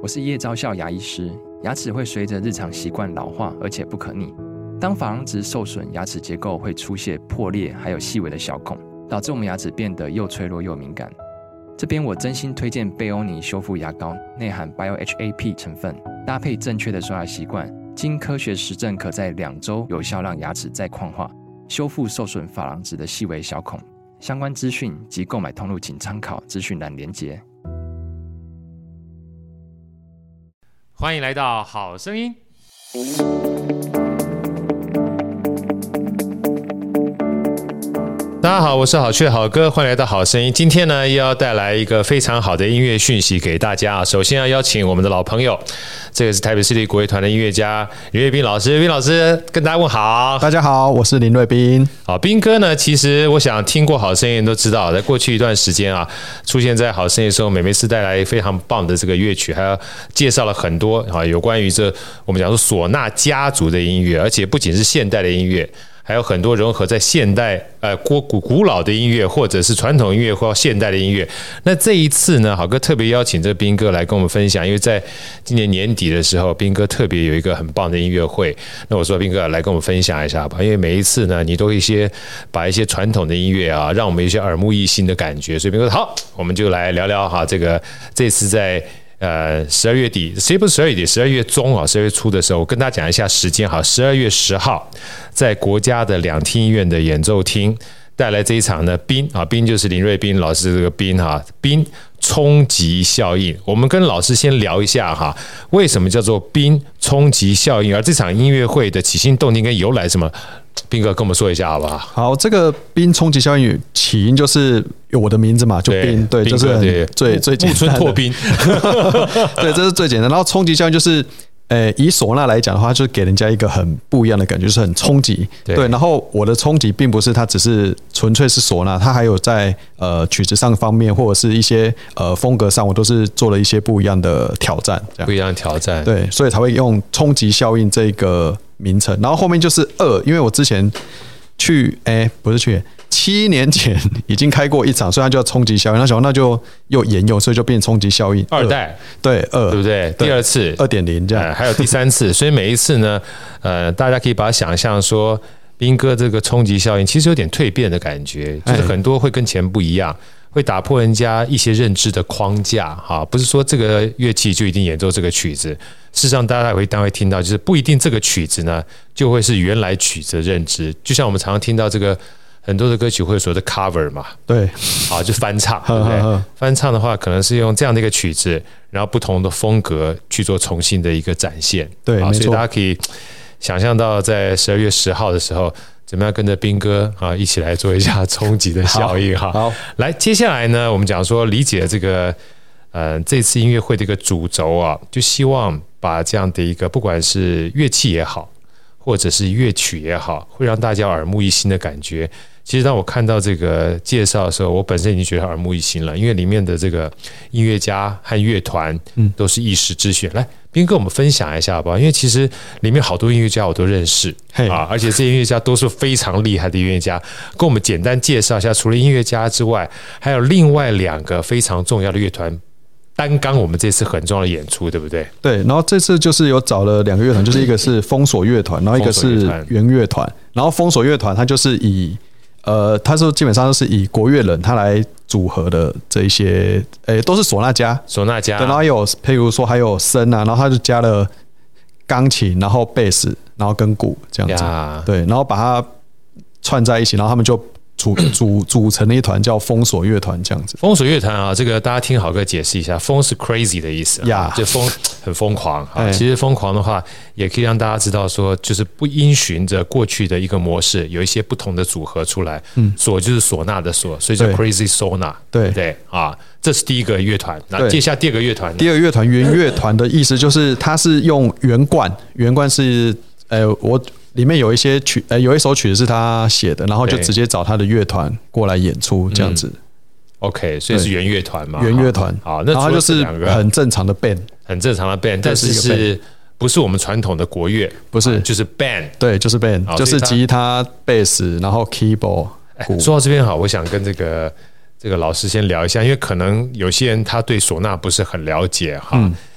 我是叶昭孝牙医师。牙齿会随着日常习惯老化，而且不可逆。当珐琅质受损，牙齿结构会出现破裂，还有细微的小孔，导致我们牙齿变得又脆弱又敏感。这边我真心推荐贝欧尼修复牙膏，内含 BioHAP 成分，搭配正确的刷牙习惯，经科学实证可在2周有效让牙齿再矿化，修复受损珐琅质的细微小孔。相关资讯及购买通路请参考资讯栏连结。 欢迎来到好声音。大家好，我是好趣的好哥，欢迎来到好声音。今天呢，又要带来一个非常好的音乐讯息给大家。首先要邀请我们的老朋友，这个是台北市立国乐团的音乐家林瑞斌老师。斌老师跟大家问好。 大家好，我是林瑞斌。 好，斌哥呢，其实我想听过好声音都知道，在过去一段时间啊，出现在好声音的时候，每次带来非常棒的这个乐曲，还有介绍了很多啊有关于这我们讲说唢呐家族的音乐，而且不仅是现代的音乐。还有很多融合在现代古老的音乐，或者是传统音乐或现代的音乐。那这一次呢，好哥特别邀请这斌哥来跟我们分享，因为在今年年底的时候，斌哥特别有一个很棒的音乐会。那我说斌哥来跟我们分享一下吧，因为每一次呢，你都把一些传统的音乐啊，让我们有一些耳目一新的感觉。所以斌哥好，我们就来聊聊哈，这次在12月底，谁不是12月底？12月中啊，12月初的时候，我跟大家讲一下时间哈。12月10号，在国家的两厅院的演奏厅带来这一场呢，宾就是林瑞斌老师这个宾哈，宾冲击效应。我们跟老师先聊一下哈，为什么叫做宾冲击效应？而这场音乐会的起心动念跟由来什么？斌哥跟我们说一下好不好？ 好，这个宾冲击效应起因就是有我的名字嘛，就宾，对，就是最简单的木村拓宾， 对，这是最简单。然后冲击效应就是，以唢呐来讲的话，就是给人家一个很不一样的感觉，就是很冲击。对，然后我的冲击并不是它只是纯粹是唢呐，它还有在曲子上方面或者是一些风格上，我都是做了一些不一样的挑战， 不一样的挑战。 对，所以才会用冲击效应这个名称。然后后面就是因为我之前不是去7年前已经开过一场，所以它就叫冲击效应。那就又沿用，所以就变冲击效应 2代， 对对不对？第2次 2.0这样， 还有第3次。所以每一次呢，大家可以把它想象说，斌哥这个冲击效应其实有点蜕变的感觉，就是很多会跟前不一样。会打破人家一些认知的框架，哈，不是说这个乐器就一定演奏这个曲子。事实上，大家会听到，就是不一定这个曲子呢就会是原来曲子的认知。就像我们常常听到这个很多的歌曲会有所谓的 cover 嘛， 对， 好，就翻唱，对不对？翻唱的话，可能是用这样的一个曲子，然后不同的风格去做重新的一个展现， 对，没错。 所以大家可以想象到，在12月10号的时候。怎么样跟着斌哥啊一起来做一下冲击的效应哈？ 好， 来，接下来呢，我们讲说理解这个这次音乐会的一个主轴啊，就希望把这样的一个不管是乐器也好，或者是乐曲也好，会让大家耳目一新的感觉。其实当我看到这个介绍的时候，我本身已经觉得耳目一新了，因为里面的这个音乐家和乐团都是一时之选。来，斌哥，我们分享一下好不好？因为其实里面好多音乐家我都认识啊，而且这些音乐家都是非常厉害的音乐家。跟我们简单介绍一下，除了音乐家之外，还有另外2个非常重要的乐团担纲我们这次很重要的演出，对不对？ 对，然后这次就是有找了2个乐团，就是一个是封锁乐团，然后一个是原乐团。然后封锁乐团它就是以他说基本上都是以国乐人他来组合的这一些，都是唢呐家， 对， 然后有譬如说还有笙啊，然后他就加了钢琴，然后贝斯，然后跟鼓这样子，对，然后把它串在一起，然后他们就组成了一团叫封锁乐团这样子。 封锁乐团啊，这个大家听好哥解释一下，封是 crazy 的意思，就疯很疯狂啊。其实疯狂的话，也可以让大家知道说，就是不因循着过去的一个模式，有一些不同的组合出来。唢就是唢呐的唢，所以叫 crazy唢呐，对不对啊？这是第一个乐团。那接下来第2个乐团， 第2个乐团原乐团的意思就是它是用原冠是我。里面有一些有一首曲子是他写的，然后就直接找他的乐团过来演出这样子。 OK， 所以是原乐团嘛？ 原乐团。 好，那它就是很正常的 band， 很正常的 band， 但是不是我们传统的国乐？ 不是， 就是 band。 对，就是 band， 就是吉他、贝斯，然后 keyboard。 说到这边好，我想跟这个老师先聊一下，因为可能有些人他对唢呐不是很了解哈。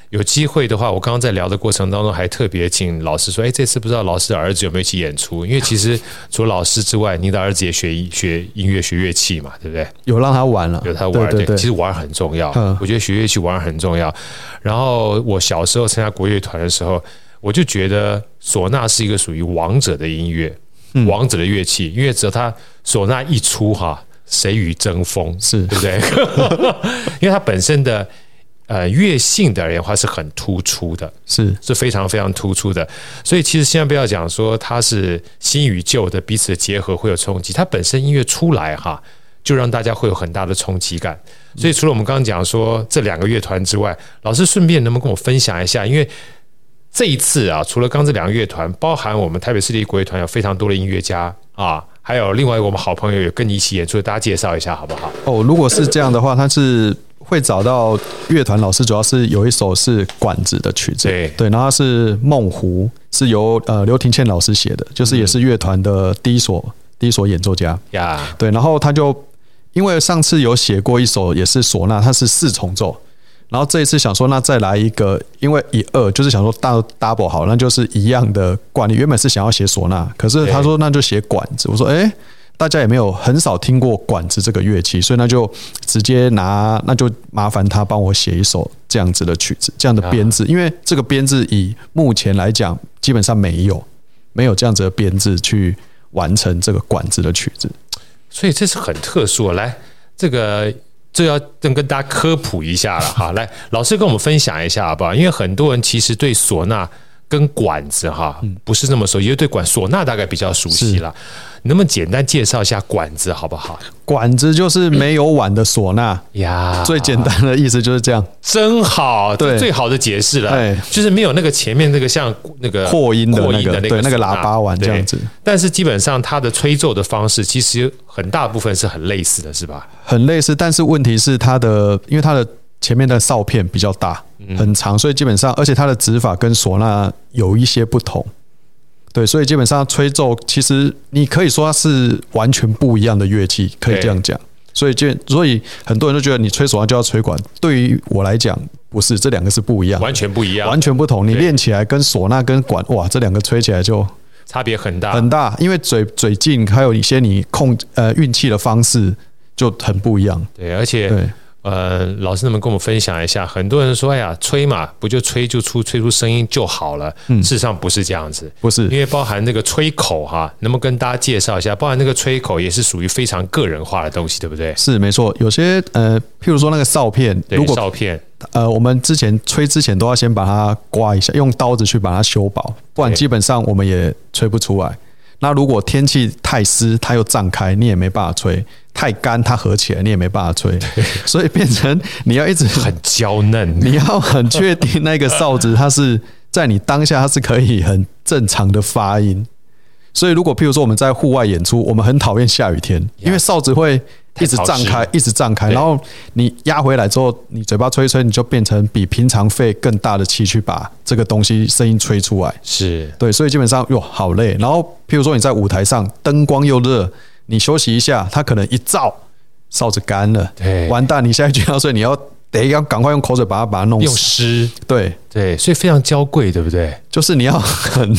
有机会的话，我刚刚在聊的过程当中还特别请老师说，哎，这次不知道老师的儿子有没有一起演出？因为其实除了老师之外，您的儿子也学音乐、学乐器嘛，对不对？ 有让他玩了， 有他玩， 对， 其实玩很重要。我觉得学乐器玩很重要。然后我小时候参加国乐团的时候，我就觉得唢呐是一个属于王者的音乐，王者的乐器，因为只要他唢呐一出哈，谁与争锋， 是对不对？因为它本身的乐性的而言的话是很突出的，是非常非常突出的。所以其实现在不要讲说它是新与旧的彼此的结合会有冲击，它本身音乐出来哈，就让大家会有很大的冲击感。所以除了我们刚刚讲说这2个乐团之外，老师顺便能不能跟我分享一下？因为这一次啊，除了刚这2个乐团，包含我们台北市立国乐团有非常多的音乐家啊，还有另外一个我们好朋友有跟你一起演出的，大家介绍一下好不好？ 哦，如果是这样的话，他是会找到乐团老师，主要是有一首是管子的曲子，对，然后是梦湖，是由刘庭倩老师写的，就是也是乐团的第一所演奏家呀。对，然后他就因为上次有写过一首也是唢呐，它是4重奏。然后这一次想说，那再来一个，因为1、2就是想说double 好，那就是一样的惯例。原本是想要写唢呐，可是他说那就写管子。我说，大家也没有很少听过管子这个乐器，所以那就直接那就麻烦他帮我写一首这样子的曲子，这样的编制。因为这个编制以目前来讲，基本上没有这样子的编制去完成这个管子的曲子， 所以这是很特殊。来，这个就要跟大家科普一下了哈。来，老师跟我们分享一下好不好？因为很多人其实对唢呐跟管子哈不是那么熟，因为对唢呐大概比较熟悉了。你能不能简单介绍一下管子好不好？ 管子就是没有碗的唢呐呀，最简单的意思就是这样。 真好，对，最好的解释了，就是没有那个前面那个像那个扩音的那个对那个喇叭碗这样子。 但是基本上它的吹奏的方式其实很大部分是很类似的，是吧？ 很类似，但是问题是因为它的前面的哨片比较大很长，所以基本上而且它的指法跟唢呐有一些不同。对，所以基本上吹奏其实你可以说它是完全不一样的乐器，可以这样讲。所以很多人都觉得你吹唢呐就要吹管，对于我来讲不是，这2个是不一样， 完全不一样， 完全不同。你练起来跟唢呐跟管，哇，这2个吹起来就差别很大很大，因为嘴劲还有一些你运气的方式就很不一样。 对，而且对。老师能不能跟我们分享一下？很多人说，哎呀，吹嘛，不就吹出声音就好了？事实上不是这样子， 不是， 因为包含那个吹口哈，能不能跟大家介绍一下？包含那个吹口也是属于非常个人化的东西，对不对？ 是没错，有些譬如说那个哨片， 如果哨片， 我们吹之前都要先把它刮一下，用刀子去把它修薄，不然基本上我们也吹不出来。那如果天气太湿，它又胀开，你也没办法吹；太干，它合起来，你也没办法吹。所以变成你要一直很娇嫩， 你要很确定那个哨子它是在你当下它是可以很正常的发音。所以如果譬如说我们在户外演出，我们很讨厌下雨天，因为哨子会一直胀开，一直胀开，然后你压回来之后，你嘴巴吹一吹，你就变成比平常费更大的气去把这个东西声音吹出来。 是对，所以基本上好累。然后譬如说你在舞台上，灯光又热，你休息一下，它可能一照哨子干了，完蛋，你下一句要睡，你要赶快用口水把它弄湿。 对， 所以非常娇贵，对不对？ 就是你要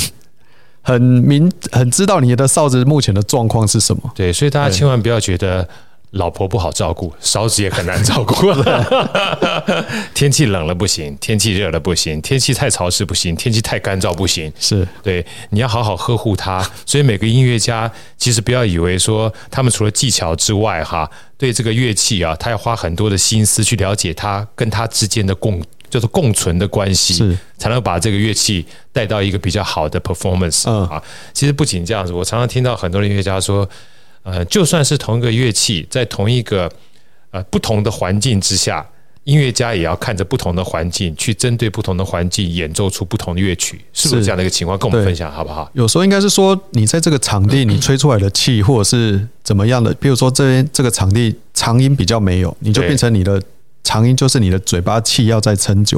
很知道你的哨子目前的状况是什么。 对，所以大家千万不要觉得老婆不好照顾，哨子也很难照顾。天气冷了不行，天气热了不行，天气太潮湿不行，天气太干燥不行。 是对， 你要好好呵护它。所以每个音乐家其实不要以为说他们除了技巧之外，对这个乐器啊，他要花很多的心思去了解它跟它之间的就是共存的关系，才能把这个乐器带到一个比较好的 performance。其实不仅这样子，我常常听到很多的音乐家说，就算是同一个乐器，在同一个不同的环境之下，音乐家也要看着不同的环境，去针对不同的环境演奏出不同的乐曲，是不是这样的一个情况？跟我们分享好不好？ 有时候应该是说，你在这个场地你吹出来的气，或者是怎么样的，比如说这个场地长音比较没有，你就变成你的长音就是你的嘴巴气要再撑久一点。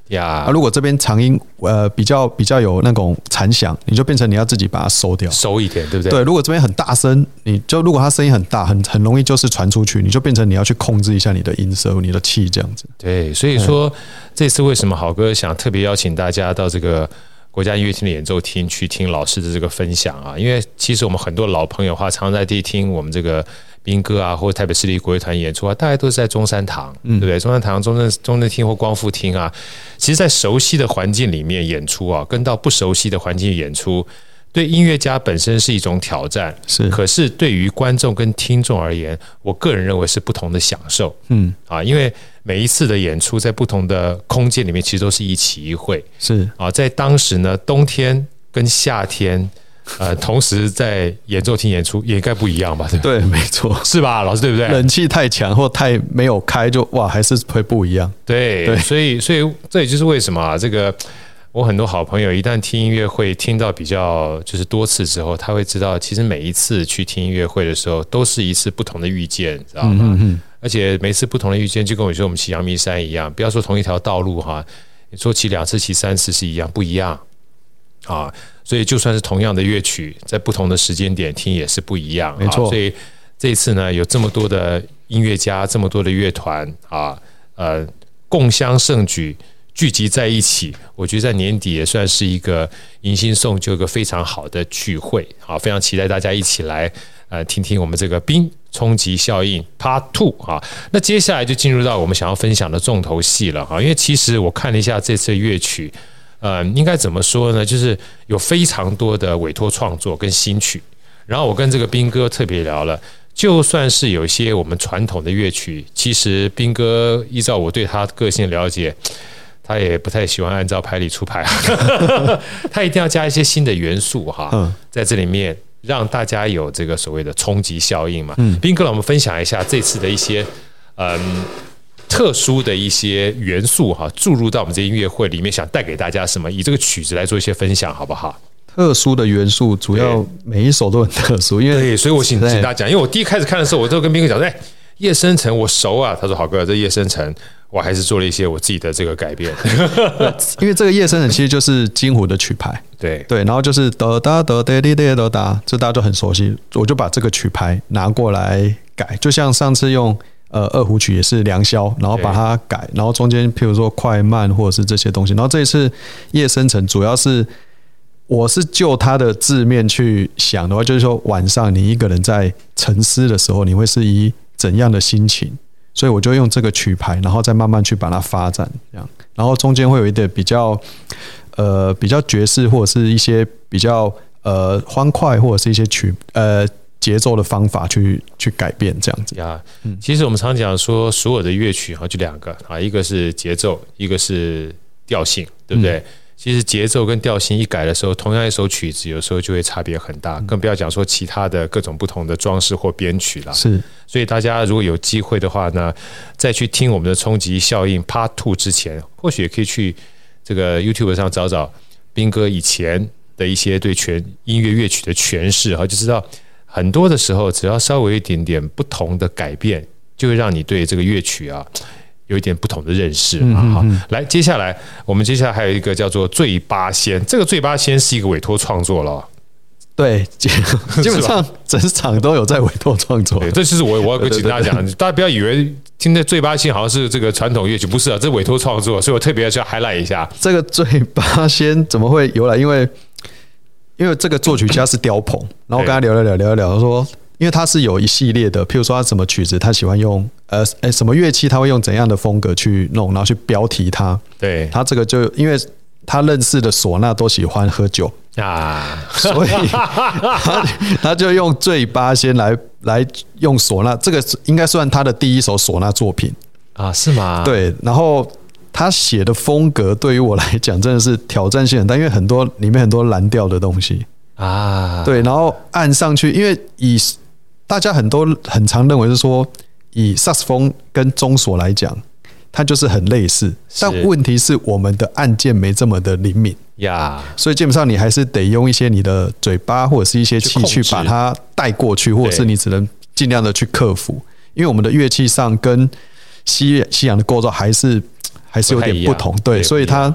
呀。 如果这边长音比较有那种残响，你就变成你要自己把它收掉， 收一点，对不对？ 对，如果这边很大声，如果它声音很大，很容易就是传出去，你就变成你要去控制一下你的音色、你的气这样子。 对，所以说这次为什么好哥想特别邀请大家到这个国家音乐厅的演奏厅去听老师的这个分享啊？因为其实我们很多老朋友的话，常在地听我们这个兵哥啊，或者台北市立国乐团演出啊，大概都是在中山堂，对不对？中山堂、中正厅或光复厅啊，其实，在熟悉的环境里面演出啊，跟到不熟悉的环境演出，对音乐家本身是一种挑战，可是对于观众跟听众而言，我个人认为是不同的享受。因为每一次的演出在不同的空间里面，其实都是一期一会。在当时呢，冬天跟夏天。同时在演奏厅演出也应该不一样吧？ 对，没错， 是吧，老师对不对？ 冷气太强或太没有开，就哇，还是会不一样。 对，所以这也就是为什么啊，这个我很多好朋友一旦听音乐会听到比较就是多次之后，他会知道，其实每一次去听音乐会的时候，都是一次不同的遇见，知道吗？而且每次不同的遇见，就跟我说我们骑阳明山一样，不要说同一条道路哈，你说骑2次、骑3次是一样，不一样啊。所以就算是同样的乐曲，在不同的时间点听也是不一样。 没错。 所以这一次呢，有这么多的音乐家，这么多的乐团啊，共襄盛举，聚集在一起，我觉得在年底也算是一个迎新送旧一个非常好的聚会。好，非常期待大家一起来听听我们这个冰冲击效应 Part 2啊。那接下来就进入到我们想要分享的重头戏了哈，因为其实我看了一下这次的乐曲。应该怎么说呢？就是有非常多的委托创作跟新曲，然后我跟这个兵哥特别聊了，就算是有一些我们传统的乐曲，其实兵哥依照我对他个性的了解，他也不太喜欢按照牌理出牌，他一定要加一些新的元素哈，在这里面让大家有这个所谓的冲击效应嘛。兵哥，我们分享一下这次的一些特殊的一些元素哈，注入到我们这音乐会里面，想带给大家什么？以这个曲子来做一些分享，好不好？ 特殊的元素，主要每一首都很特殊，因为对，所以我请大家讲，因为我第一开始看的时候，我都跟兵哥讲，夜深沉我熟啊，他说好哥，这夜深沉我还是做了一些我自己的这个改变， 因为这个夜深沉其实就是金胡的曲牌， 对， 然后就是哒哒哒哒哒哒哒，这大家都很熟悉，我就把这个曲牌拿过来改，就像上次用。二胡曲也是良宵，然后把它改，然后中间譬如说快慢或者是这些东西，然后这一次夜深沉主要是我是就它的字面去想的话，就是说晚上你一个人在沉思的时候，你会是以怎样的心情？所以我就用这个曲牌，然后再慢慢去把它发展，这样，然后中间会有一点比较爵士或者是一些比较欢快或者是一些节奏的方法去改变这样子呀。其实我们常讲说，所有的乐曲就2个啊，一个是节奏，一个是调性，对不对？其实节奏跟调性一改的时候，同样一首曲子有时候就会差别很大，更不要讲说其他的各种不同的装饰或编曲了。 是， 所以大家如果有机会的话呢，在去听我们的冲击效应 Part 2之前，或许也可以去这个 YouTube 上找找兵哥以前的一些对音乐乐曲的诠释，就知道。很多的时候，只要稍微一点点不同的改变，就会让你对这个乐曲有一点不同的认识。好，来，接下来我们还有一个叫做《醉八仙》，这个《醉八仙》是一个委托创作了。 对，基本上整场都有在委托创作。 对，这就是我要跟大家讲，大家不要以为听的《醉八仙》好像是这个传统乐曲，不是啊，这是委托创作，所以我特别要 highlight 一下。 这个《醉八仙》怎么会由来？因为这个作曲家是刁鹏，然后跟他聊，他说，因为他是有一系列的，譬如说他什么曲子，他喜欢用什么乐器，他会用怎样的风格去弄，然后去标题它。 对， 他这个就因为他认识的唢呐都喜欢喝酒啊，所以他就用醉八仙来用唢呐，这个应该算他的第一首唢呐作品啊，是吗？ 对，然后。他写的风格对于我来讲真的是挑战性很大，因为里面很多蓝调的东西啊，对，然后按上去，因为大家很常认为是说，以萨克斯风跟中唢来讲，它就是很类似，但问题是我们的按键没这么的灵敏呀，所以基本上你还是得用一些你的嘴巴或者是一些气去把它带过去，或者是你只能尽量的去克服，因为我们的乐器上跟西洋的构造还是还是有点不同，对，所以它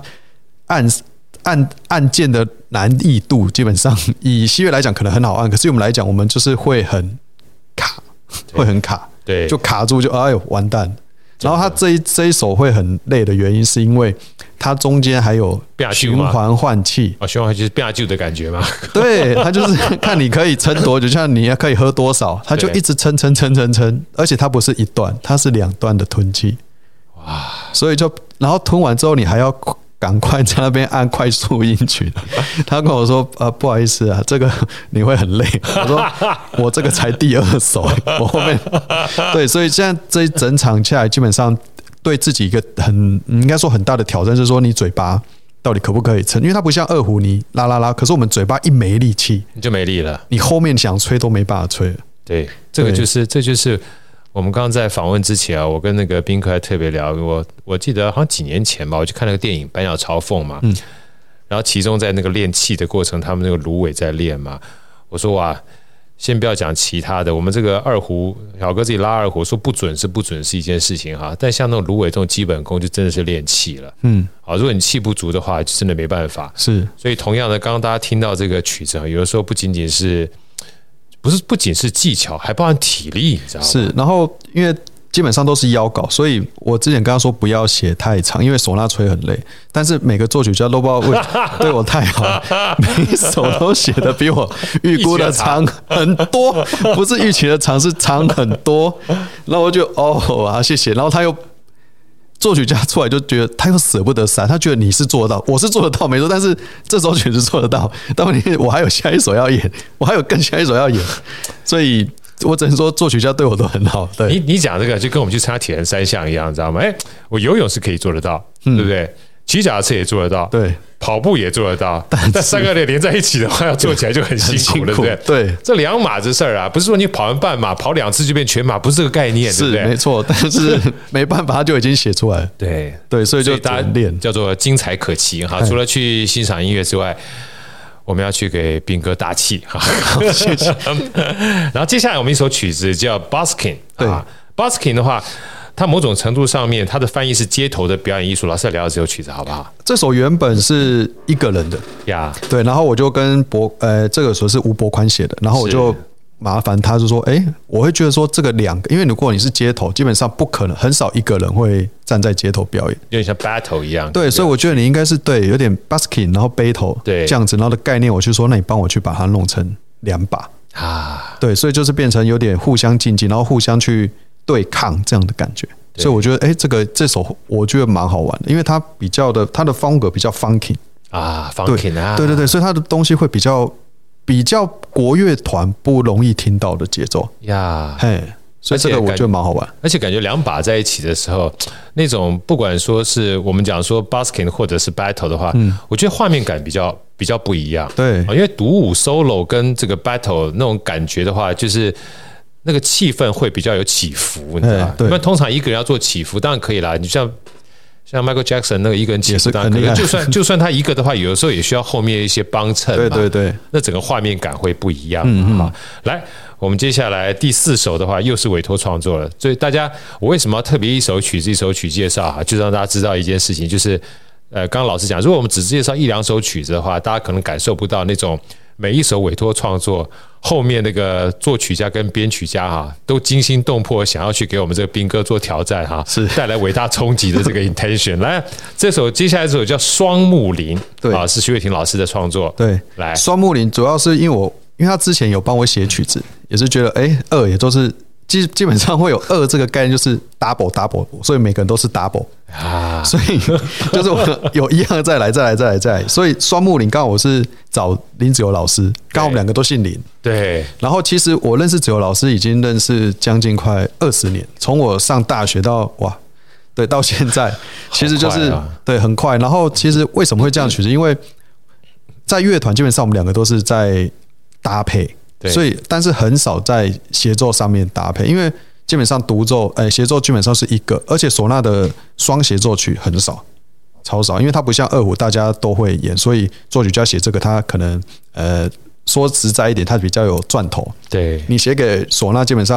按键的难易度基本上以西乐来讲可能很好按，可是我们来讲，我们就是会很卡，会很卡， 对， 就卡住就哎呦完蛋。然后它这一首会很累的原因，是因为它中间还有循环换气， 循环换气是变旧的感觉嘛？ 对，它就是看你可以撑多久，像你可以喝多少，它就一直撑，而且它不是一段，它是2段的吞气，哇！所以然后吞完之后，你还要赶快在那边按快速音群。他跟我说不好意思啊，这个你会很累。我说我这个才第2首，我后面对，所以现在这一整场下来，基本上对自己一个应该说很大的挑战，就是说你嘴巴到底可不可以撑？因为它不像二胡你拉，可是我们嘴巴一没力气， 你就没力了， 你后面想吹都没办法吹了。 对，这就是我们刚刚在访问之前啊，我跟那个宾客还特别聊，我记得好像几年前吧，我去看那个电影《百鸟朝凤》嘛，然后其中在那个练气的过程，他们那个芦苇在练嘛，我说哇，先不要讲其他的，我们这个二胡小哥自己拉二胡，说不准是一件事情哈，但像那种芦苇这种基本功，就真的是练气了，好，如果你气不足的话，就真的没办法， 是， 所以同样的，刚刚大家听到这个曲子，有的时候不仅是技巧，还包含体力，你知道吗？ 是，然后因为基本上都是邀稿，所以我之前跟他说不要写太长，因为唢呐吹很累。但是每个作曲家都不知道为对我太好了，每一首都写的比我预估的长很多，不是预期的长，是长很多。然后我就谢谢。然后他又作曲家出来就觉得他又舍不得删，他觉得你是做得到，我是做得到没错，但是这首曲子做得到，但问题我还有下一首要演，我还有更下一首要演，所以我只能说作曲家对我都很好。对， 你讲这个就跟我们去参加铁人3项一样，你知道吗？我游泳是可以做得到，对不对？骑脚踏车也做得到，对，跑步也做得到，但3个连在一起的话，要做起来就很辛苦了，对不对？ 对， 这2码子事儿啊，不是说你跑完半马，跑2次就变全马，不是这个概念，对不对？ 是没错，但是没办法，他就已经写出来了。对，所以就大家练， 叫做精彩可期哈。除了去欣赏音乐之外，我们要去给宾哥打气哈，谢谢。然后接下来我们一首曲子叫 Busking， 对 ，Busking 的话。它某种程度上面，它的翻译是街头的表演艺术。老师来聊聊这首曲子好不好？ 这首原本是一个人的呀，对，然后我就跟这个时候是吴伯宽写的，然后我就麻烦他就说，我会觉得说这个2个，因为如果你是街头，基本上不可能很少一个人会站在街头表演， 有点像 battle 一样。 对，所以我觉得你应该是对，有点 busking， 然后 battle 对这样子，然后的概念，我就说，那你帮我去把它弄成2把啊，对，所以就是变成有点互相竞技，然后互相去对抗这样的感觉，所以我觉得，这首我觉得蛮好玩的，因为它它的风格比较 funky 啊 ，funky 啊， 对，所以它的东西会比较国乐团不容易听到的节奏呀，所以这个我觉得蛮好玩， 而且感觉2把在一起的时候，那种不管说是我们讲说 busking 或者是 battle 的话，我觉得画面感比较不一样， 对， 因为独舞 solo 跟这个 battle 那种感觉的话，就是那个气氛会比较有起伏，你知道吗？因为通常一个人要做起伏，当然可以啦。你像 Michael Jackson 那个一个人起伏，当然可以。就算他一个的话，有的时候也需要后面一些帮衬嘛。对，那整个画面感会不一样。好，来，我们接下来第4首的话，又是委托创作了。所以大家，我为什么要特别一首曲子一首曲介绍啊？就让大家知道一件事情，就是刚刚老师讲，如果我们只介绍1-2首曲子的话，大家可能感受不到那种每一首委托创作后面那个作曲家跟编曲家都惊心动魄，想要去给我们这个宾哥做挑战是带来伟大冲击的这个 intention。来，接下来这首叫《双木林》，对啊，是徐伟霆老师的创作。对，来，《 双木林》主要是因为他之前有帮我写曲子，也是觉得2也都是基本上会有2这个概念，就是 double， 所以每个人都是 double 啊，所以就是我有一样再来，所以双木林刚好我是找林子由老师，刚好我们2个都姓林，对。然后其实我认识子由老师已经认识将近快20年，从我上大学到对到现在，其实就是对很快。然后其实为什么会这样曲子？因为在乐团基本上我们2个都是在搭配。所以，但是很少在协奏上面搭配，因为基本上独奏，协奏基本上是一个，而且唢呐的双协奏曲很少，超少，因为它不像二胡大家都会演，所以作曲家写这个，他可能说实在一点，他比较有赚头。对，你写给唢呐，基本上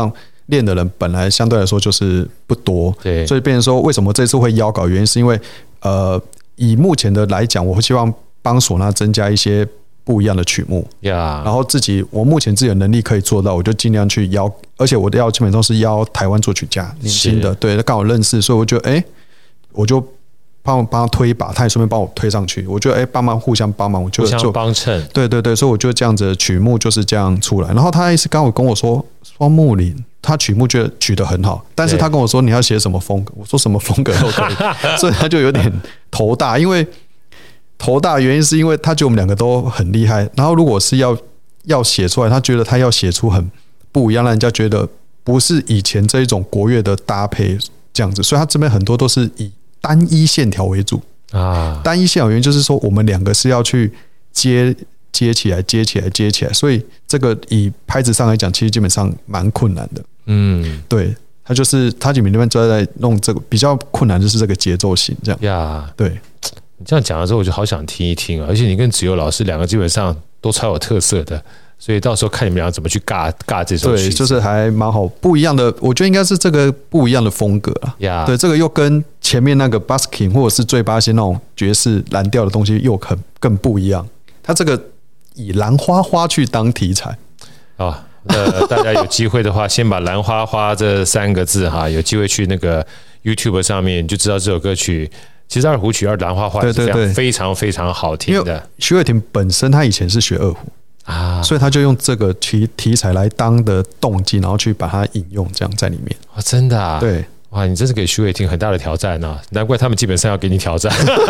练的人本来相对来说就是不多， 对， 所以变成说为什么这次会邀稿，原因是因为以目前的来讲，我会希望帮唢呐增加一些不一样的曲目，然后我目前自己的能力可以做到，我就尽量去邀，而且我的基本上是邀台湾作曲家，年轻的，对，刚好认识，所以我就我就帮他推一把，他也顺便帮我推上去，我觉得帮忙互相帮忙，我就互相帮衬， 对，所以我就这样子曲目就是这样出来。然后他也是刚好跟我说，双木林他曲目觉得取得很好，但是他跟我说你要写什么风格，我说什么风格都可以，所以他就有点头大，因为头大的原因是因为他觉得我们两个都很厉害，然后如果是要写出来，他觉得他要写出很不一样，让人家觉得不是以前这一种国乐的搭配这样子，所以他这边很多都是以单一线条为主啊。单一线条原因就是说我们两个是要去接起来，所以这个以拍子上来讲，其实基本上蛮困难的。对，他吉米那边就在弄这个比较困难，就是这个节奏型这样。对。 你这样讲的时候，我就好想听一听啊！而且你跟子悠老师两个基本上都超有特色的，所以到时候看你们俩怎么去尬这首曲子。 对，就是还蛮好，不一样的，我觉得应该是这个不一样的风格啊。对，这个又跟前面那个 busking 或者是最巴仙那种爵士蓝调的东西又更不一样。它这个以兰花花去当题材啊。大家有机会的话，先把兰花花这3个字哈，有机会去那个 YouTube 上面，你就知道这首歌曲。其实二胡曲兰花花是这样非常非常好听的。 徐伟霆本身他以前是学二胡啊，所以他就用这个题材来当的动机，然后去把它引用这样在里面。 真的啊？ 对， 哇，你真是给徐伟霆很大的挑战啊！难怪他们基本上要给你挑战。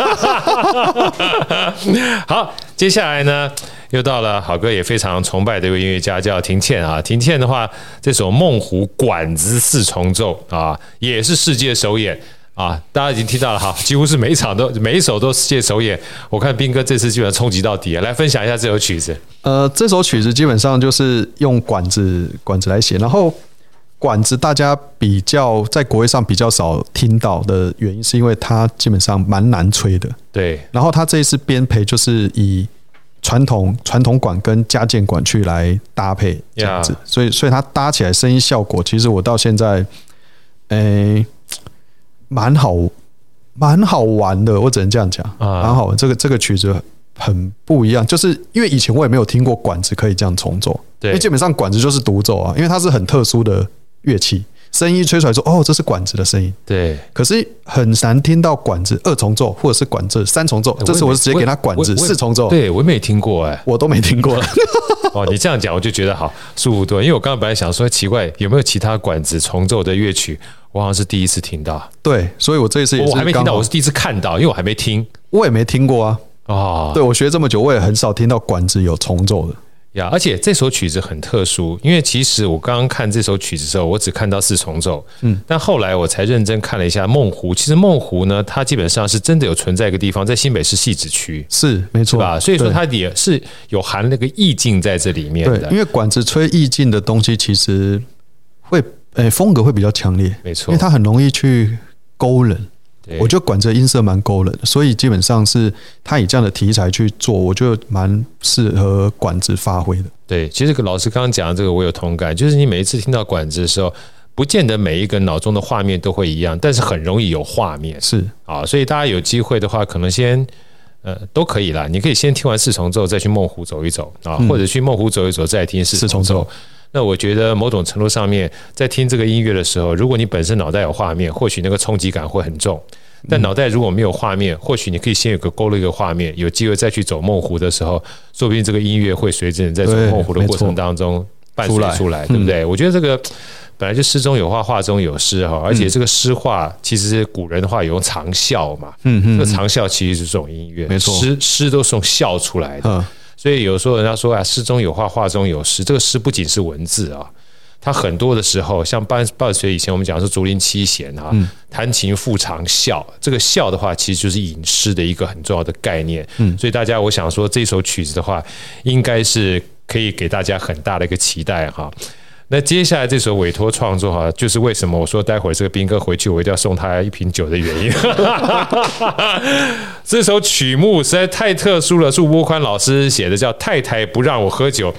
好，接下来呢，又到了好哥也非常崇拜的一位音乐家，叫庭倩啊。庭倩的话，这首《梦湖管子4重奏》啊，也是世界首演。大家已经听到了哈，几乎是每一首都世界首演。我看彬哥这次基本上冲击到底，来分享一下这首曲子。 这首曲子基本上就是用管子来写，然后管子大家比较在国乐上比较少听到的原因，是因为它基本上蛮难吹的。 对， 然后它这一次编配就是以传统管跟加键管去来搭配这样子，所以它搭起来声音效果，其实我到现在，蛮好玩的，我只能这样讲，蛮好玩。这个曲子很不一样，就是因为以前我也没有听过管子可以这样重奏，因为基本上管子就是独奏啊，因为它是很特殊的乐器，声音吹出来说这是管子的声音。对，可是很难听到管子2重奏或者是管子3重奏，这次我是直接给他管子4重奏。 对，我没听过我都没听过了。 你这样讲我就觉得好舒服多，因为我刚刚本来想说奇怪有没有其他管子重奏的乐曲，我好像是第一次听到。 对，所以我这一次也是我还没听到，我是第一次看到，因为我还没听， 我也没听过啊。对，我学这么久，我也很少听到管子有重奏的。 而且这首曲子很特殊，因为其实我刚刚看这首曲子的时候，我只看到4重奏，但后来我才认真看了一下梦湖。其实梦湖呢，它基本上是真的有存在一个地方，在新北市汐止区， 是没错吧？所以说它也是有含那个意境在这里面的。 对，因为管子吹意境的东西，其实会风格会比较强烈， 没错， 因为它很容易去勾人。我觉得管子音色蛮勾人的，所以基本上是他以这样的题材去做，我觉得蛮适合管子发挥的。 对，其实老师刚刚讲的这个我有同感，就是你每一次听到管子的时候，不见得每一个脑中的画面都会一样，但是很容易有画面。 是所以大家有机会的话，可能先都可以啦。你可以先听完4重奏，再去梦湖走一走或者去梦湖走一走，再听4重奏。那我觉得某种程度上面，在听这个音乐的时候，如果你本身脑袋有画面，或许那个冲击感会很重。但脑袋如果没有画面，或许你可以先勾勒一个画面，有机会再去走梦湖的时候，说不定这个音乐会随着你在走梦湖的过程当中伴随出来，对不对？我觉得这个本来就诗中有画，画中有诗而且这个诗画其实古人的话有用长啸嘛，这个长啸其实是这种音乐，没错，诗都是用笑出来的。所以有时候人家说诗中有画，画中有诗。这个诗不仅是文字它很多的时候，像伴随以前我们讲是竹林七贤弹琴复长啸，这个啸的话，其实就是吟诗的一个很重要的概念。所以大家，我想说这首曲子的话，应该是可以给大家很大的一个期待那接下来这首委托创作就是为什么我说待会儿这个彬哥回去我一定要送他1瓶酒的原因。这首曲目实在太特殊了，是吴波宽老师写的，叫《太太不让我喝酒》。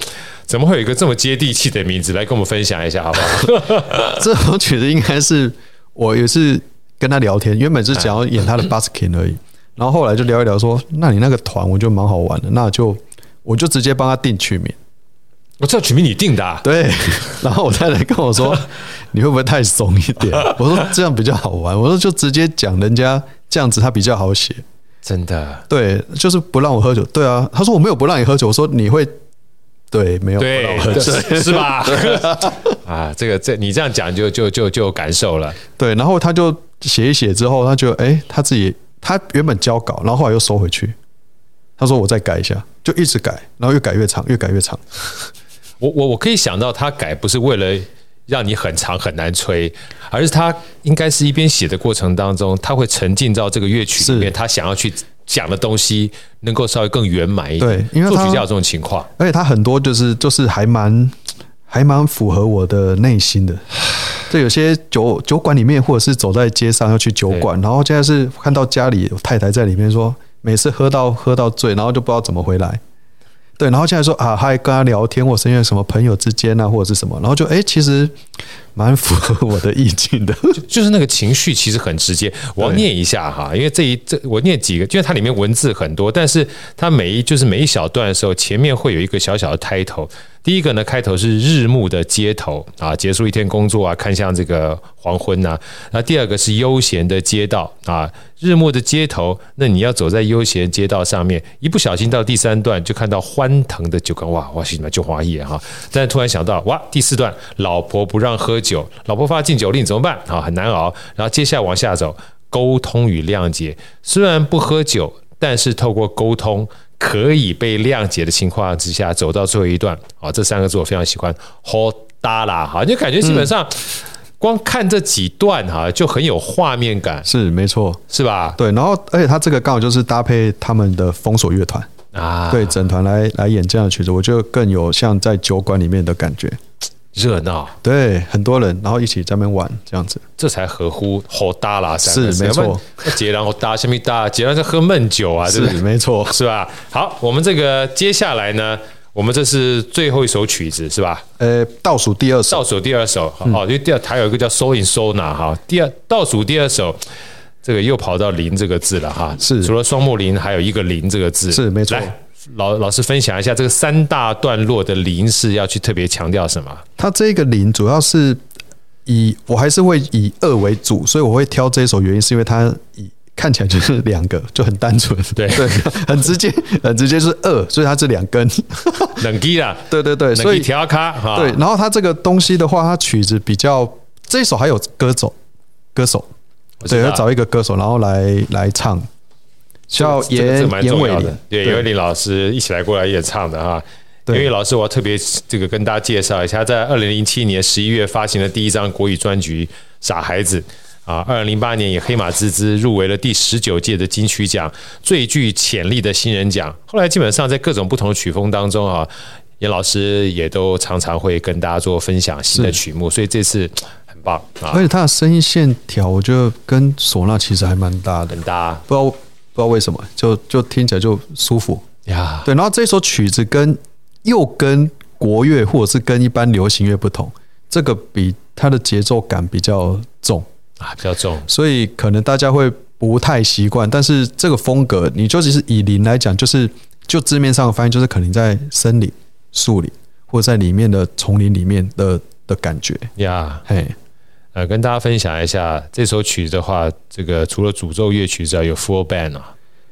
怎么会有一个这么接地气的名字？来跟我们分享一下好不好？ 这首曲子应该是我也是跟他聊天，原本是想要演他的 busking 而已，然后后来就聊一聊说，那你那个团我觉得蛮好玩的，我就直接帮他定曲名。 我这曲名你定的啊？ 对，然后我太太跟我说，你会不会太松一点？我说这样比较好玩，我说就直接讲人家这样子他比较好写。 真的？ 对，就是不让我喝酒。对啊，他说我没有不让你喝酒，我说你会。对，没有不让我喝酒， 是吧？啊，你这样讲就有感受了。 对，然后他就写一写之后，他就他原本交稿，然后后来又收回去。他说我再改一下，就一直改，然后越改越长，越改越长。 我可以想到他改不是为了让你很长很难吹，而是他应该是一边写的过程当中，他会沉浸到这个乐曲里面，他想要去讲的东西能够稍微更圆满一点。 对，因为作曲家有这种情况， 而且他很多就是还蛮符合我的内心的。对，有些酒馆里面，或者是走在街上要去酒馆，然后现在是看到家里有太太在里面说，每次喝到醉，然后就不知道怎么回来。对，然后现在说啊，还跟他聊天，或是因为什么朋友之间啊，或者是什么，然后就其实蛮符合我的意境的， 就是那个情绪其实很直接。我要念一下哈，因为我念几个，因为它里面文字很多，但是它每一小段的时候，前面会有一个小小的开头。第一个呢，开头是日暮的街头啊，结束一天工作啊，看向这个黄昏啊。那第二个是悠闲的街道啊，日暮的街头，那你要走在悠闲街道上面，一不小心到第三段就看到欢腾的酒缸，哇，心里面就滑一眼哈。但是突然想到，哇，第四段老婆不让喝酒，老婆发禁酒令怎么办啊？很难熬。然后接下来往下走，沟通与谅解，虽然不喝酒，但是透过沟通。可以被谅解的情况之下，走到最后一段啊，这三个字我非常喜欢，好搭啦哈，就感觉基本上光看这几段哈，就很有画面感， 是没错， 是吧？ 对，然后而且他这个刚好就是搭配他们的封锁乐团啊，对，整团来演这样的曲子，我觉得更有像在酒馆里面的感觉。 热闹， 对，很多人，然后一起在那边玩，这样子， 这才合乎好搭啦， 是没错。 杰然后搭下面搭，杰然是喝闷酒啊， 是没错， 是吧？好，我们这个接下来呢，我们这是最后一首曲子是吧？ 倒数第二首， 哦，因为还有一个叫 So in Sona 哈，倒数第二首，这个又跑到零这个字了哈， 是除了双木林，还有一个零这个字， 是没错。 老师分享一下这个三大段落的零是要去特别强调什么？ 它这个零主要是我还是会以2为主，所以我会挑这一首原因是因为它看起来就是2个，就很单纯，对，很直接就是2，所以它是2根冷基啦， 对，所以调卡对，然后它这个东西的话，它曲子比较这一首还有歌手，对，要找一个歌手然后来唱。叫严伟林， 对，严伟林老师一起来过来演唱的哈。严伟老师，我要特别这个跟大家介绍一下，在2007年11月发行的第一张国语专辑《傻孩子》啊，2008年以黑马之姿入围了第19届的金曲奖最具潜力的新人奖。后来基本上在各种不同的曲风当中啊，严老师也都常常会跟大家做分享新的曲目，所以这次很棒啊。 而且他的声音线条，我觉得跟唢呐其实还蛮搭的， 很搭， 不知道为什么，就听起来就舒服呀。 对，然后这首曲子又跟国乐或者是跟一般流行乐不同，这个比它的节奏感比较重啊，比较重， 所以可能大家会不太习惯。但是这个风格，你就其实以林来讲，就字面上的翻译，就是可能在森林、树林或者在里面的丛林里面的感觉呀。嘿。跟大家分享一下这首曲子的话，这个除了主奏乐曲之外，有 full band 啊。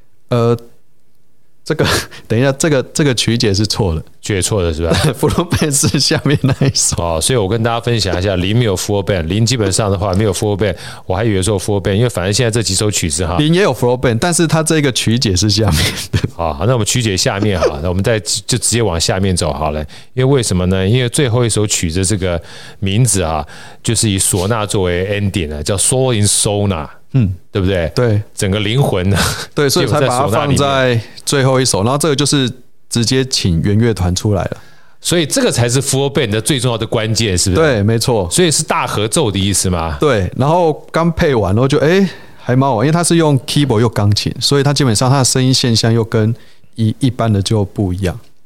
这个等一下，这个曲解是错的， 曲解错的是吧 ？full band 是下面那一首哦，所以我跟大家分享一下，林没有 full band， 林基本上的话没有 full band， 我还以为说 full band， 因为反正现在这几首曲子哈， 林也有 full band， 但是它这个曲解是下面的。 好，那我们曲解下面哈，那我们就直接往下面走好了。因为为什么呢？因为最后一首曲子这个名字啊，就是以唢呐作为 ending 的，叫 So in Sona。对不对？ 对， 整个灵魂呢， 对，所以才把它放在最后一首，然后这个就是直接请原乐团出来了， 所以这个才是 full band 的最重要的关键，是不是？ 对，没错， 所以是大合奏的意思吗？ 对，然后刚配完，然后就还蛮好玩，因为它是用 keyboard 又钢琴，所以它基本上它的声音现象又跟一般的就不一样。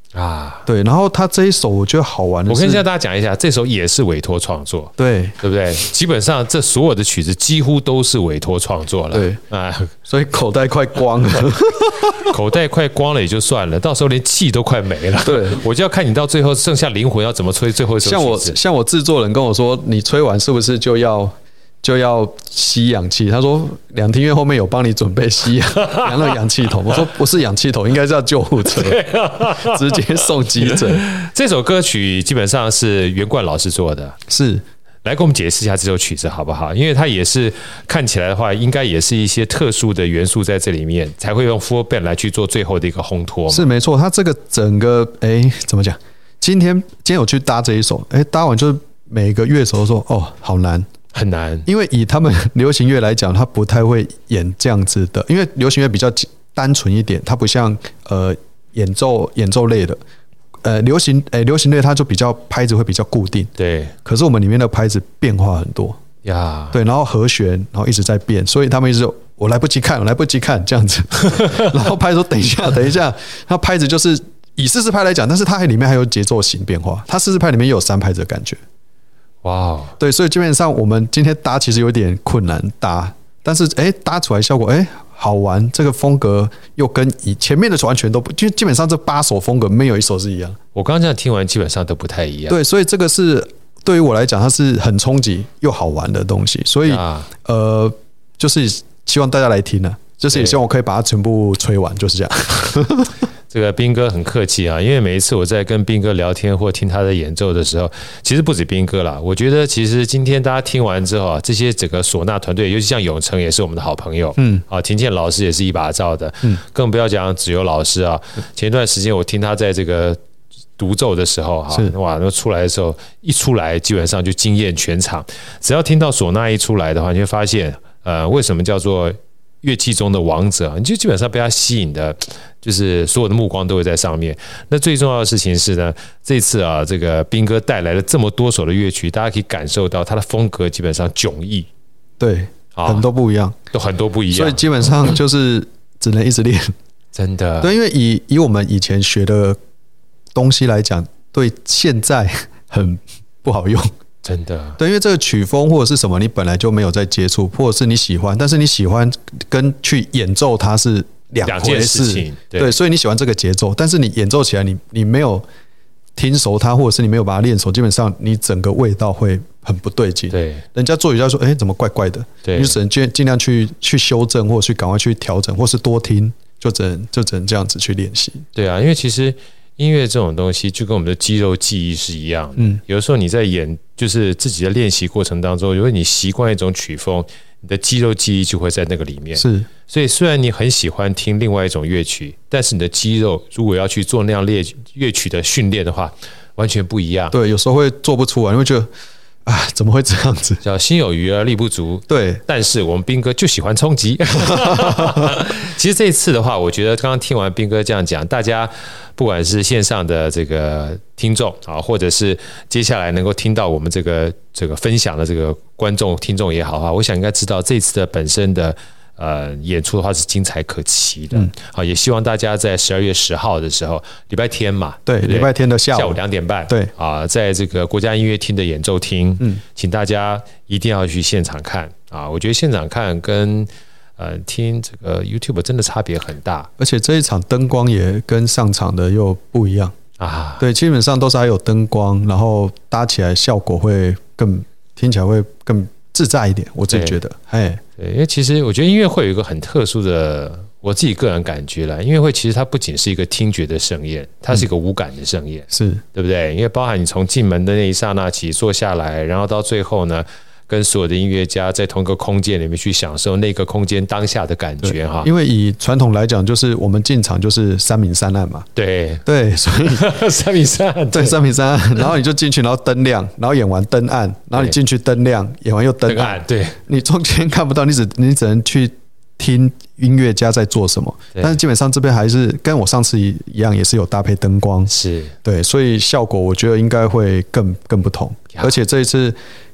啊。 对，然后他这一首我觉得好玩的是， 我跟大家讲一下，这首也是委托创作， 对不对？基本上这所有的曲子几乎都是委托创作了， 对啊， 所以口袋快光了， 口袋快光了也就算了，到时候连气都快没了。 对， 我就要看你到最后剩下灵魂要怎么吹最后一首曲子。 像我制作人跟我说，你吹完是不是就要吸氧气？他说两厅院后面有帮你准备吸那个氧气筒。我说不是氧气筒，应该叫救护车，直接送急诊。 这首歌曲基本上是袁冠老师做的， 是。 来给我们解释一下这首曲子好不好？因为它也是看起来的话，应该也是一些特殊的元素在这里面，才会用 full band 来去做最后的一个烘托。 是没错，它这个整个怎么讲？今天有去搭这一首，搭完就是每个乐手都说哦，好难。 很难， 因为以他们流行乐来讲，他不太会演这样子的，因为流行乐比较单纯一点，它不像演奏类的。流行乐它就比较拍子会比较固定， 对。 可是我们里面的拍子变化很多呀， 对，然后和弦，然后一直在变，所以他们一直我来不及看这样子，然后拍说等一下，那拍子就是以四四拍来讲，但是它里面还有节奏型变化，它四四拍里面也有三拍子的感觉。 哇， 对，所以基本上我们今天搭其实有点困难搭，但是搭出来效果好玩，这个风格又跟前面的完全都不，就基本上这8首风格没有一首是一样。 我刚刚这样听完，基本上都不太一样。 对，所以这个是对于我来讲，它是很冲击又好玩的东西，所以就是希望大家来听呢，就是也希望我可以把它全部吹完，就是这样。 这个彬哥很客气啊，因为每一次我在跟彬哥聊天或听他的演奏的时候，其实不止彬哥啦，我觉得其实今天大家听完之后啊，这些整个唢呐团队，尤其像永成也是我们的好朋友，庭健老师也是一把罩的，更不要讲子由老师啊。前一段时间我听他在这个独奏的时候，哇，那出来的时候一出来基本上就惊艳全场。只要听到唢呐一出来的话，你会发现，为什么叫做乐器中的王者，你就基本上被他吸引的，就是所有的目光都会在上面。那最重要的事情是呢，这次啊，这个彬哥带来了这么多首的乐曲，大家可以感受到他的风格基本上迥异， 对，很多不一样， 都很多不一样， 所以基本上就是只能一直练， 真的。 对，因为以我们以前学的东西来讲，对现在很不好用。 真的， 对，因为这个曲风或者是什么，你本来就没有在接触，或者是你喜欢，但是你喜欢跟去演奏它是两回事。对，所以你喜欢这个节奏，但是你演奏起来你没有听熟它，或者是你没有把它练熟，基本上你整个味道会很不对劲。 对， 人家做瑜伽说，怎么怪怪的？对，你就只能尽量去修正，或者去赶快去调整，或是多听，就只能这样子去练习。 对啊，因为其实音乐这种东西就跟我们的肌肉记忆是一样的。有的时候你在就是自己的练习过程当中，如果你习惯一种曲风，你的肌肉记忆就会在那个里面。 是， 所以虽然你很喜欢听另外一种乐曲，但是你的肌肉如果要去做那样乐曲的训练的话，完全不一样。 对，有时候会做不出来，因为觉得怎么会这样子？ 叫心有余而力不足。 对， 但是我们彬哥就喜欢冲击。其实这一次的话，我觉得刚刚听完彬哥这样讲，大家不管是线上的这个听众啊，或者是接下来能够听到我们这个分享的这个观众听众也好啊，我想应该知道这次的本身的演出的话是精彩可期的。好，也希望大家在12月10号的时候，礼拜天嘛， 对，礼拜天的下午 2点半， 对啊，在这个国家音乐厅的演奏厅，请大家一定要去现场看啊！我觉得现场看跟听这个 YouTube 真的差别很大， 而且这一场灯光也跟上场的又不一样啊。对，基本上都是还有灯光，然后搭起来效果会听起来会更自在一点，我自己觉得， 对，因为其实我觉得音乐会有一个很特殊的，我自己个人感觉啦，音乐会其实它不仅是一个听觉的盛宴，它是一个五感的盛宴， 是对不对？因为包含你从进门的那一刹那起坐下来，然后到最后呢，跟所有的音乐家在同一个空间里面去享受那个空间当下的感觉哈。 因为以传统来讲，就是我们进场就是3明3暗嘛， 对， 所以 3明3暗， 对3明3暗，然后你就进去，然后灯亮，然后演完灯暗，然后你进去灯亮，演完又灯暗， 对， 你中间看不到，你只能去听音乐家在做什么，但是基本上这边还是跟我上次一样，也是有搭配灯光， 是对， 所以效果我觉得应该会更不同，而且这一次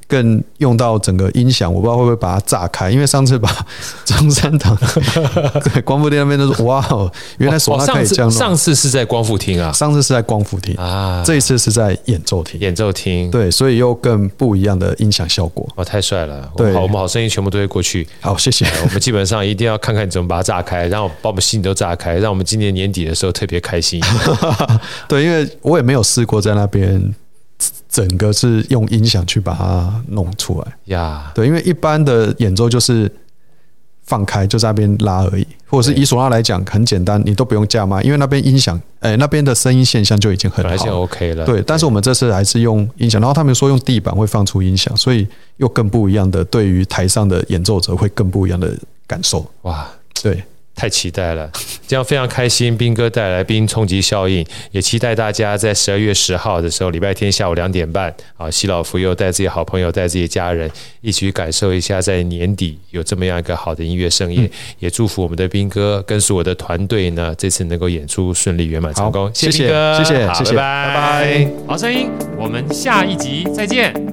更用到整个音响，我不知道会不会把它炸开，因为上次把中山堂对光复厅那边都说哇，原来唢呐可以这样弄。 上次是在光复厅啊， 上次是在光复厅啊，这一次是在演奏厅。 演奏厅对，所以又更不一样的音响效果。 哦，太帅了！ 对， 我们好声音全部都会过去。 好，谢谢。 我们基本上一定要看看你怎么把它炸开，把我们心里都炸开，让我们今年年底的时候特别开心。 对，因为我也没有试过在那边整个是用音响去把它弄出来呀。 对，因为一般的演奏就是放开就在那边拉而已，或者是以唢呐来讲很简单，你都不用架麦，因为那边音响，那边的声音现象就已经很好了， 本来就 OK 了。 对，但是我们这次还是用音响，然后他们说用地板会放出音响，所以又更不一样的，对于台上的演奏者会更不一样的感受。 哇， 对。 太期待了，这样非常开心。彬哥带来冰冲击效应，也期待大家在12月10号的时候，礼拜天下午2点半，西老福又带自己好朋友、带自己家人一起去感受一下，在年底有这么样一个好的音乐盛宴。也祝福我们的彬哥跟所有的团队呢，这次能够演出顺利圆满成功。 谢谢彬哥， 谢谢， 好， 谢谢， 拜拜。 好声音，我们下一集再见。